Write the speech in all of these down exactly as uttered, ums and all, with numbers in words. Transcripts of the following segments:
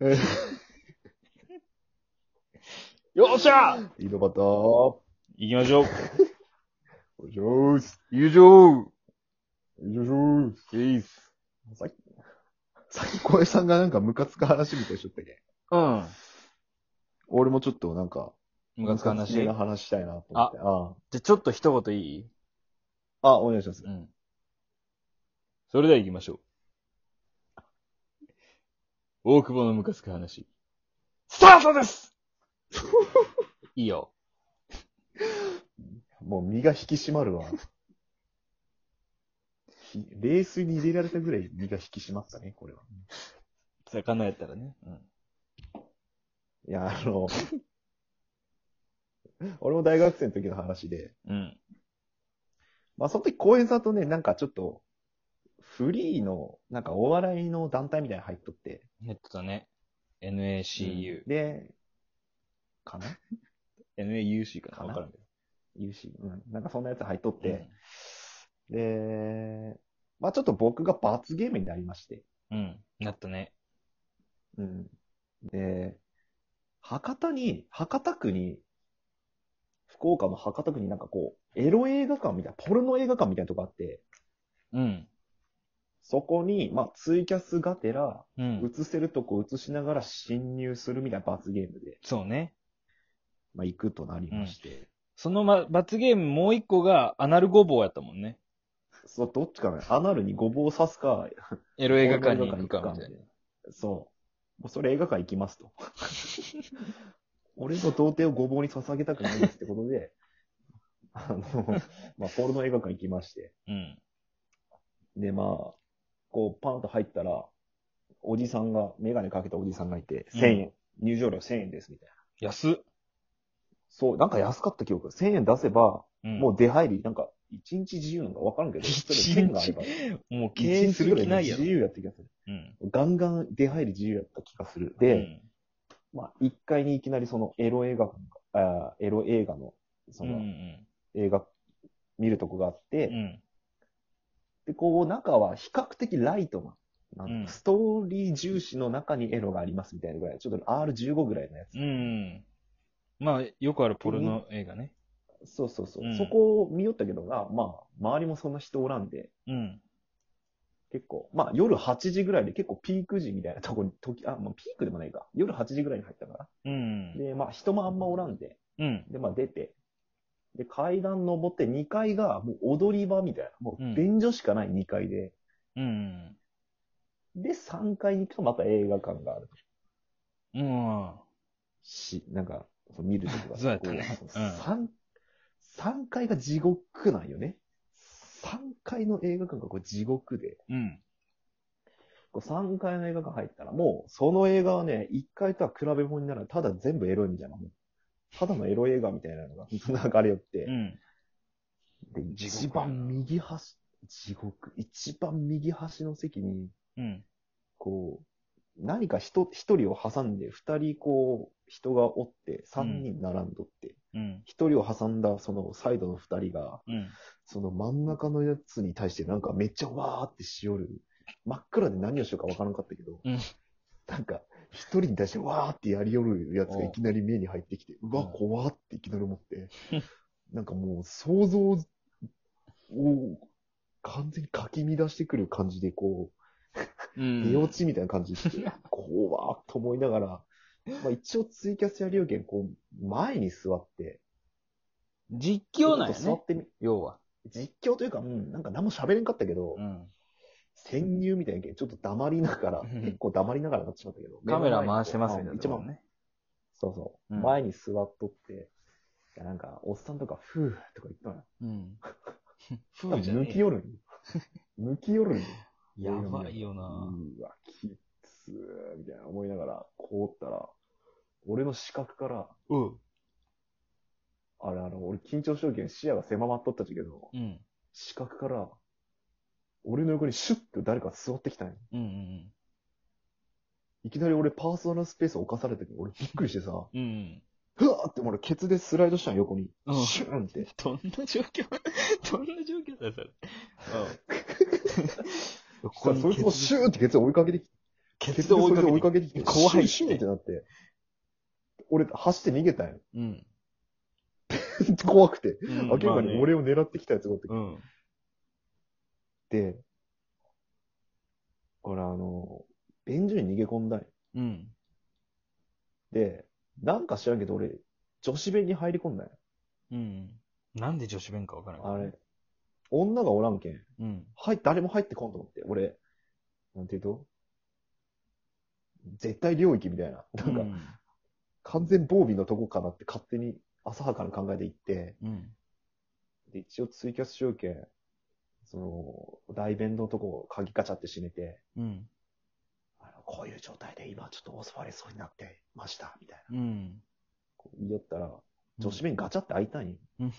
よっしゃ井戸端。行行きましょう。 きまーす。 友情よいしょーす。 えいっす。 さっき、さっき小江さんがなんかムカつく話みたいにしとったっけ。 うん。 俺もちょっとなんか、 ムカつく話系な話したいなと思って。あじゃ、ちょっと一言いいあ。あ、お願いします。 ん。それでは行きましょう。大久保のムカつく話。スタートですいいよ。 もう身が引き締まるわ。ひ冷水に入れられたぐらい身が引き締まったね、これは。 魚やったらね。うん。 いや、あの、俺も大学生の時の話で、 うん。 まあその時公園さんとね、なんかちょっと、フリーの、なんかお笑いの団体みたいなの入っとって。 やってたね。エヌエーシーユー。 うんで、かなエヌエーユーシー かなかなわからんけど。 ユーシー、うん。なんかそんなやつ入っとって、で、まあちょっと僕が罰ゲームになりまして。 うん。うん。なったね。 うん。で、博多に、博多区に、福岡の博多区になんかこう、エロ映画館みたいな、ポルノ映画館みたいなとこあって、 うん。 そこに、まあツイキャスがてら、 うん。 映せるとこ映しながら侵入するみたいな罰ゲームで、 そうね。 まあ行くとなりまして。 そのま、罰ゲームもう一個がアナルごぼうやったもんね。 そう、どっちかね、アナルにごぼうを刺すか、 エロ映画館に行ポルノくかみたいな。 そう。もうそれ映画館行きますと。俺の童貞をごぼうに捧げたくないですってことで、あの、まあ、ポルノ映画館行きまして。 うん。 で、まあ、こう、パンと入ったら、おじさんが、メガネかけたおじさんがいて、せんえん、入場料せんえんです、みたいな。 安っ。 そう、なんか安かった記憶。せんえん出せば、 うん。 もう出入り、なんか、いちにち自由なのかわからんけど、それ一日ペンがあれば、 もう経営する気ないやろ。 自由やった気がする。 うん。 ガンガン出入り自由やった気がする。 うで、 ん。 まあ、いっかいにいきなりそのエロ映画館が、あエロ映画の、そうんうの、 ん映画見るとこがあって、 うん。 で、こう、中は比較的ライトな、なんうんストーリー重視の中にエロがありますみたいなぐらい、ちょっと アールじゅうご ぐらいのやつ。 うん。うん。まあ、よくあるポルノ映画ね。 そうそうそう。 うんそこを見よったけどな、まあ、周りもそんな人おらんで、 うん。 結構、まあ、夜はちじぐらいで結構ピーク時みたいなとこに、時、あ、まあ、ピークでもないか。夜はちじぐらいに入ったから。 うん。 で、まあ、人もあんまおらんで、 うん。 で、まあ、出て、で、階段登ってにかいがもう踊り場みたいな、もうんう便所しかないにかいで、 うん。 で、さんがいに行くとまた映画館があると。 うん。 し、なんか、そう見るときは。 そうやったねこうん三三階が地獄なんよね。さんかいの映画館がこう地獄で、 うん。 こうさんかいの映画館入ったらもう、その映画はね、いっかいとは比べ物にならない。ただ全部エロいみたいな。もうただのエロ映画みたいなのが流れよって。 うん。 で、 地獄一番右端、地獄、一番右端の席に、 うん。 こう、何か人、一人を挟んで、二人こう、人がおって、三人並んどって、 うん。 一人を挟んだそのサイドの二人が、 うん。 その真ん中のやつに対してなんかめっちゃわーってしよる。真っ暗で何をしようかわからんかったけど、 うんなんか、一人に対してわーってやりよるやつがいきなり目に入ってきて、うわ、 うん怖っていきなり思って、なんかもう想像を完全にかき乱してくる感じで、こう、 うん。 寝落ちみたいな感じで、怖ーっと思いながら、まあ一応ツイキャスやりよけん、こう、前に座って、 実況なんやね。 ちょっと座ってみ、 要は。 実況というか、うん、なんか何も喋れんかったけど、 うん。 潜入みたいなけん、ちょっと黙りながら、 うん結構黙りながらなってしまったけど。 カメラ目の前に回してますみたいな一番、 ところね。 そうそう、 うん前に座っとって、いやなんか、おっさんとか、ふーとか言ったのよ。 うん。 多分風じゃねえ向き寄るんよ。向き寄るんよ。 やばいよなうわ、きっつー、みたいな思いながら、こうおったら、俺の視覚から、 うん。 あれあの、俺緊張しとけん視野が狭まっとったけど、 うん。 視覚から、俺の横にシュッと誰か座ってきたんよ。 うんうんいきなり俺パーソナルスペースを侵されたけど、俺びっくりしてさ、 うん。うん。 ふわーって俺ケツでスライドしたん横に。 うんシューンって。 どんな状況どんな状況だよ、それ。うん。 そそいつもシューンってケツ追いかけてきて、 ケケツでそれで追いかけてきて、 怖いってシュンシュンってなって、俺、走って逃げたんよ。 うん。 怖くて。 うん明らかにまあね俺を狙ってきたやつがおって、 うん。 で、俺あの、便所に逃げ込んだんよ。 うん。 で、なんか知らんけど俺、女子弁に入り込んだんよ。 うん。なんで女子弁かわからんけどあれ、女がおらんけん。 うん。 はい、誰も入ってこんと思って。俺、なんていうと絶対領域みたいな。なんか、 うん。 完全防備のとこかなって勝手に浅はかな考えで行って、 うん。 で、一応ツイキャス集計、その、大弁のとこを鍵ガチャって閉めて、 うん。 あのこういう状態で今ちょっと襲われそうになってました、みたいな。 うん。 こう言いよったら、女子弁ガチャって開いたんよ。 うん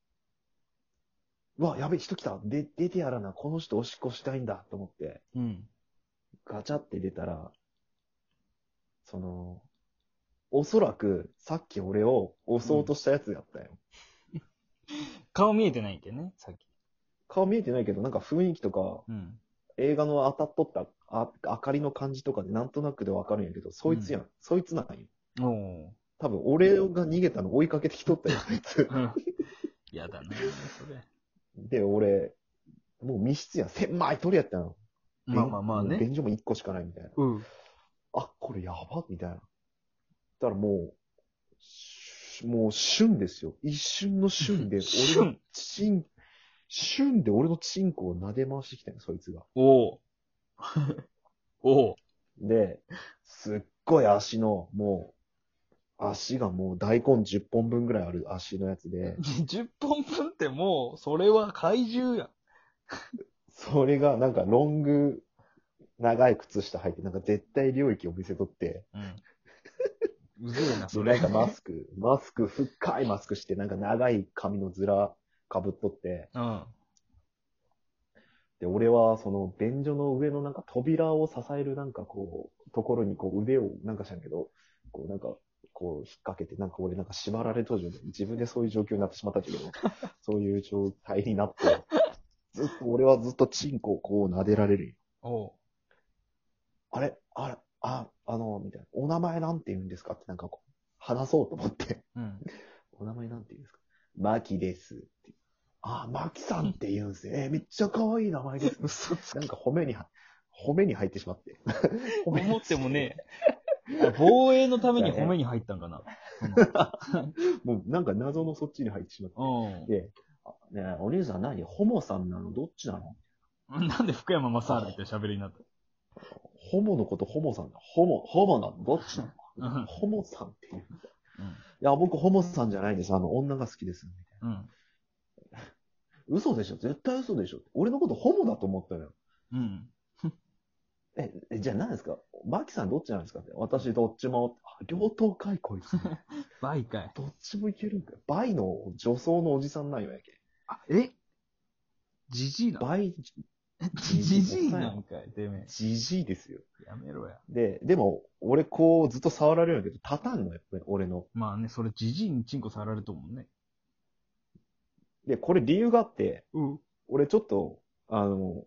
うわ、やべ、人来た。で、出てやらな。この人おしっこしたいんだ。と思って、 うん。 ガチャって出たら、その、おそらく、さっき俺を襲おうとしたやつやったよ。 顔見えてないんけね、さっき。 顔見えてないけど、なんか雰囲気とか、 うん。 映画の当たっとったあ明かりの感じとかでなんとなくでわかるんやけど、そいつやん。そいつなんよ。 おお。 多分、俺が逃げたの追いかけてきとったよ、そいつ。 うん。やだな、それ。 で、俺、もう密室やん。狭い鳥やったの。 まあまあまあね。 便所も一個しかないみたいな。 うん。 あ、これやばみたいな。だからもう、しもう旬ですよ。一瞬の瞬で、俺のチン、瞬で俺のチンコを撫で回してきたよ、そいつが。 おお。おお。 で、すっごい足の、もう、足がもう大根じゅっぽんぶんぐらいある足のやつで、 じゅっぽんぶんってもう、それは怪獣やん。 それがなんかロング、長い靴下履いて、なんか絶対領域を見せとって、 うん。うぜえな、 で、 それ。 なんかマスク、マスク、深いマスクして、なんか長い髪のずらかぶっとって、 うん。 で、俺はその便所の上のなんか扉を支えるなんかこう、ところにこう腕をなんかしらんけど、こうなんか、こう引っ掛けて、なんか俺なんか縛られとる状態、自分でそういう状況になってしまったけど、そういう状態になって、ずっと、俺はずっとチンコをこう撫でられるよ。 おう。 あれあれあ、あの、みたいな。お名前なんて言うんですかってなんかこう、話そうと思って。 うん。 お名前なんて言うんですかマキですって。あ、マキさんって言うんですね。えーめっちゃ可愛い名前です。 嘘つなんか褒めには、褒めに入ってしまって。褒め思ってもね、あ防衛のために褒めに入ったんかな。 もうなんか謎のそっちに入ってしまって。 うん。 で、あねえお兄さん何ホモさんなのどっちなのなんで福山雅治みたいな喋りになったホモのことホモさんだ。ホモ、ホモなのどっちなのうんホモさんっていう。いうん。 や、僕ホモさんじゃないです。あの、女が好きです。みたいな。 うん。 嘘でしょ絶対嘘でしょ俺のことホモだと思ったのよ。 うん。 え、えじゃあ何ですかマキさんどっちなんですかって私どっちも、あ両党かいこいつ。 バイかい。 どっちもいけるんかよ。バイの女装のおじさんなんよやけ。 あ、えジジイなのバイ、 ジジイなんかい、てめえ。 じじいですよ。 やめろや。 で、でも、俺こうずっと触られるんだけど、立たんのよ、俺の。 まあね、それジジイにチンコ触られると思うね。 で、これ理由があって、 うん。 俺ちょっと、あの、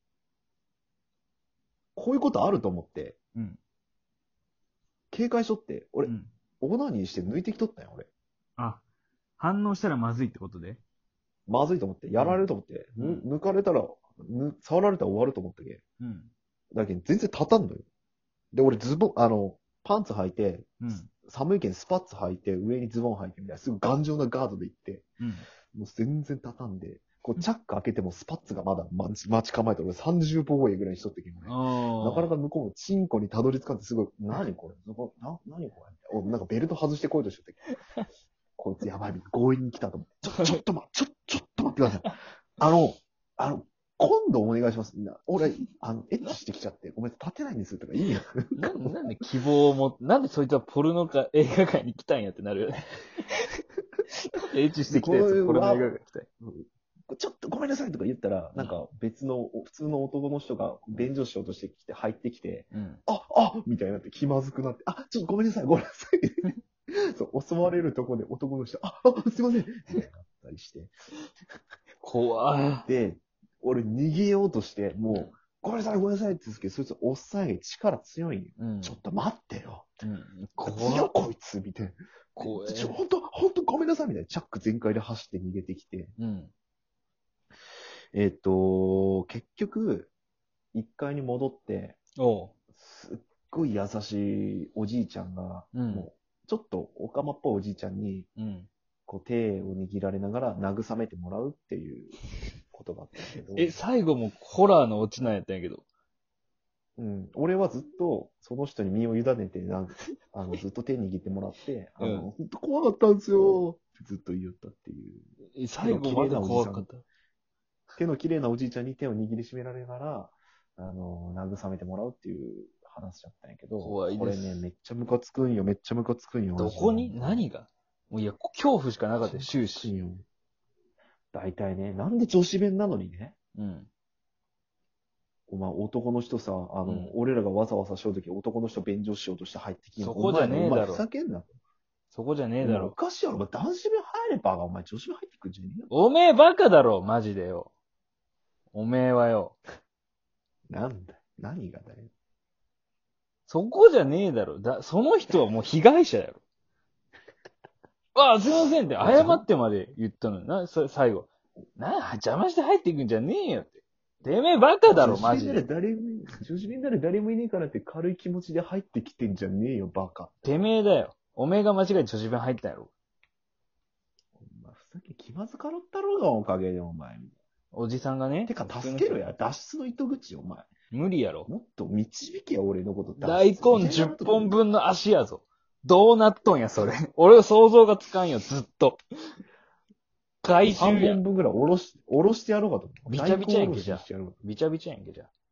こういうことあると思って、 うん。 警戒しとって、俺、 うん。 オナニーして抜いてきとったんよ、俺。 あ、反応したらまずいってことでまずいと思って、やられると思って、 うんぬ抜かれたら、ぬ触られたら終わると思ったけ。 うん。 だけど全然立たんのよ。で、俺ズボン、あの、パンツ履いて、 うん。 寒いけんスパッツ履いて、上にズボン履いてみたいな、すぐ頑丈なガードで行って、 うん。 もう全然立たんで、こう、チャック開けてもスパッツがまだ待ち待ち構えてる。俺さんじゅう防衛ぐらいにしとってけん、俺。 ああ。 なかなか向こうもチンコにたどり着かんってすごい、何これな、何これおなんかベルト外してこいとしてて。こいつやばい、強引に来たと思って。ちょ、ちょっと待って、ちょ、ちょっと待ってください。あの、あの、今度お願いします。みんな。俺、あの、エッチしてきちゃって、ごめん、立てないんですとかいいや。 なんなんで希望をも、なんでそいつはポルノか映画館に来たんやってなるよね。エッチしてきたやつ、ポルノ映画館に来たい。 ちょっとごめんなさいとか言ったら、なんか別の、普通の男の人が便所しようとしてきて、入ってきて、 うん。 あ、あみたいになって気まずくなって、あ、ちょっとごめんなさい、ごめんなさい。そう、襲われるとこで男の人、あ、あ、すいません。みたいになったりして。 怖い。 で、俺逃げようとして、もう、 ごめんなさい、ごめんなさいって言うんですけど、そいつおっさんやけ力強いんよ。 うん。 ちょっと待ってよ。 うん。 強こいつみたいな。 怖い。 ちょ、ほんと、ほんとごめんなさいみたいな。チャック全開で走って逃げてきて。 うん。 えっと、結局、いっかいに戻って、 おう。 すっごい優しいおじいちゃんが、 うんもう、ちょっとオカマっぽいおじいちゃんに、 うん。 こう手を握られながら慰めてもらうっていうことがあったんだけど。 え、最後もホラーのオチなんやったんやけど。 うん。俺はずっと、その人に身を委ねて、なんあの、ずっと手握ってもらって、あの、 うん本当怖かったんですよってずっと言いよったっていう。 え、最後まで怖かった。 手の綺麗なおじいちゃんに手を握りしめられながら、あの、慰めてもらうっていう話だったんやけど、 怖いですこれね、めっちゃムカつくんよ、めっちゃムカつくんよ。 どこに何がもういや、恐怖しかなかったよ、終始。 よ。大体ね、なんで女子弁なのにね、 うん。 お前男の人さ、あの、 うん俺らがわざわざしようとき男の人便所しようとして入ってきんのそこじゃねえだろお前ふざけんな。 そこじゃねえだお前おろ。 かしいやろ。お前男子弁入ればが、お前女子弁入ってくんじゃねえよ。 おめえバカだろ、マジでよ。おめえはよ。 なんだよ。何がだよ。 そこじゃねえだろ。だ、その人はもう被害者やろ。ああ、すいませんって、謝ってまで言ったのにな、そ最後。なあ、邪魔して入っていくんじゃねえよって。てめえバカだろ、マジで。 女子弁なら誰も、女子弁なら誰もいねえからって軽い気持ちで入ってきてんじゃねえよ、バカ。 てめえだよ。おめえが間違えて女子弁入ったんやろ。 お前ふざけ気まずかろったろうが、おかげで、お前。 おじさんがね。 てか、助けろや。脱出の糸口、お前。 無理やろ。 もっと導けや、俺のこと。 大根じゅっぽんぶんの足やぞ。どうなっとんや、それ。俺は想像がつかんよ、ずっと。怪さん獣やん。 ぼんぶんぐらいおろし、おろしてやろうかと。 びちゃびちゃやんけ、じゃあ大根おろししてやろうか。 びちゃびちゃやんけ、じゃあ。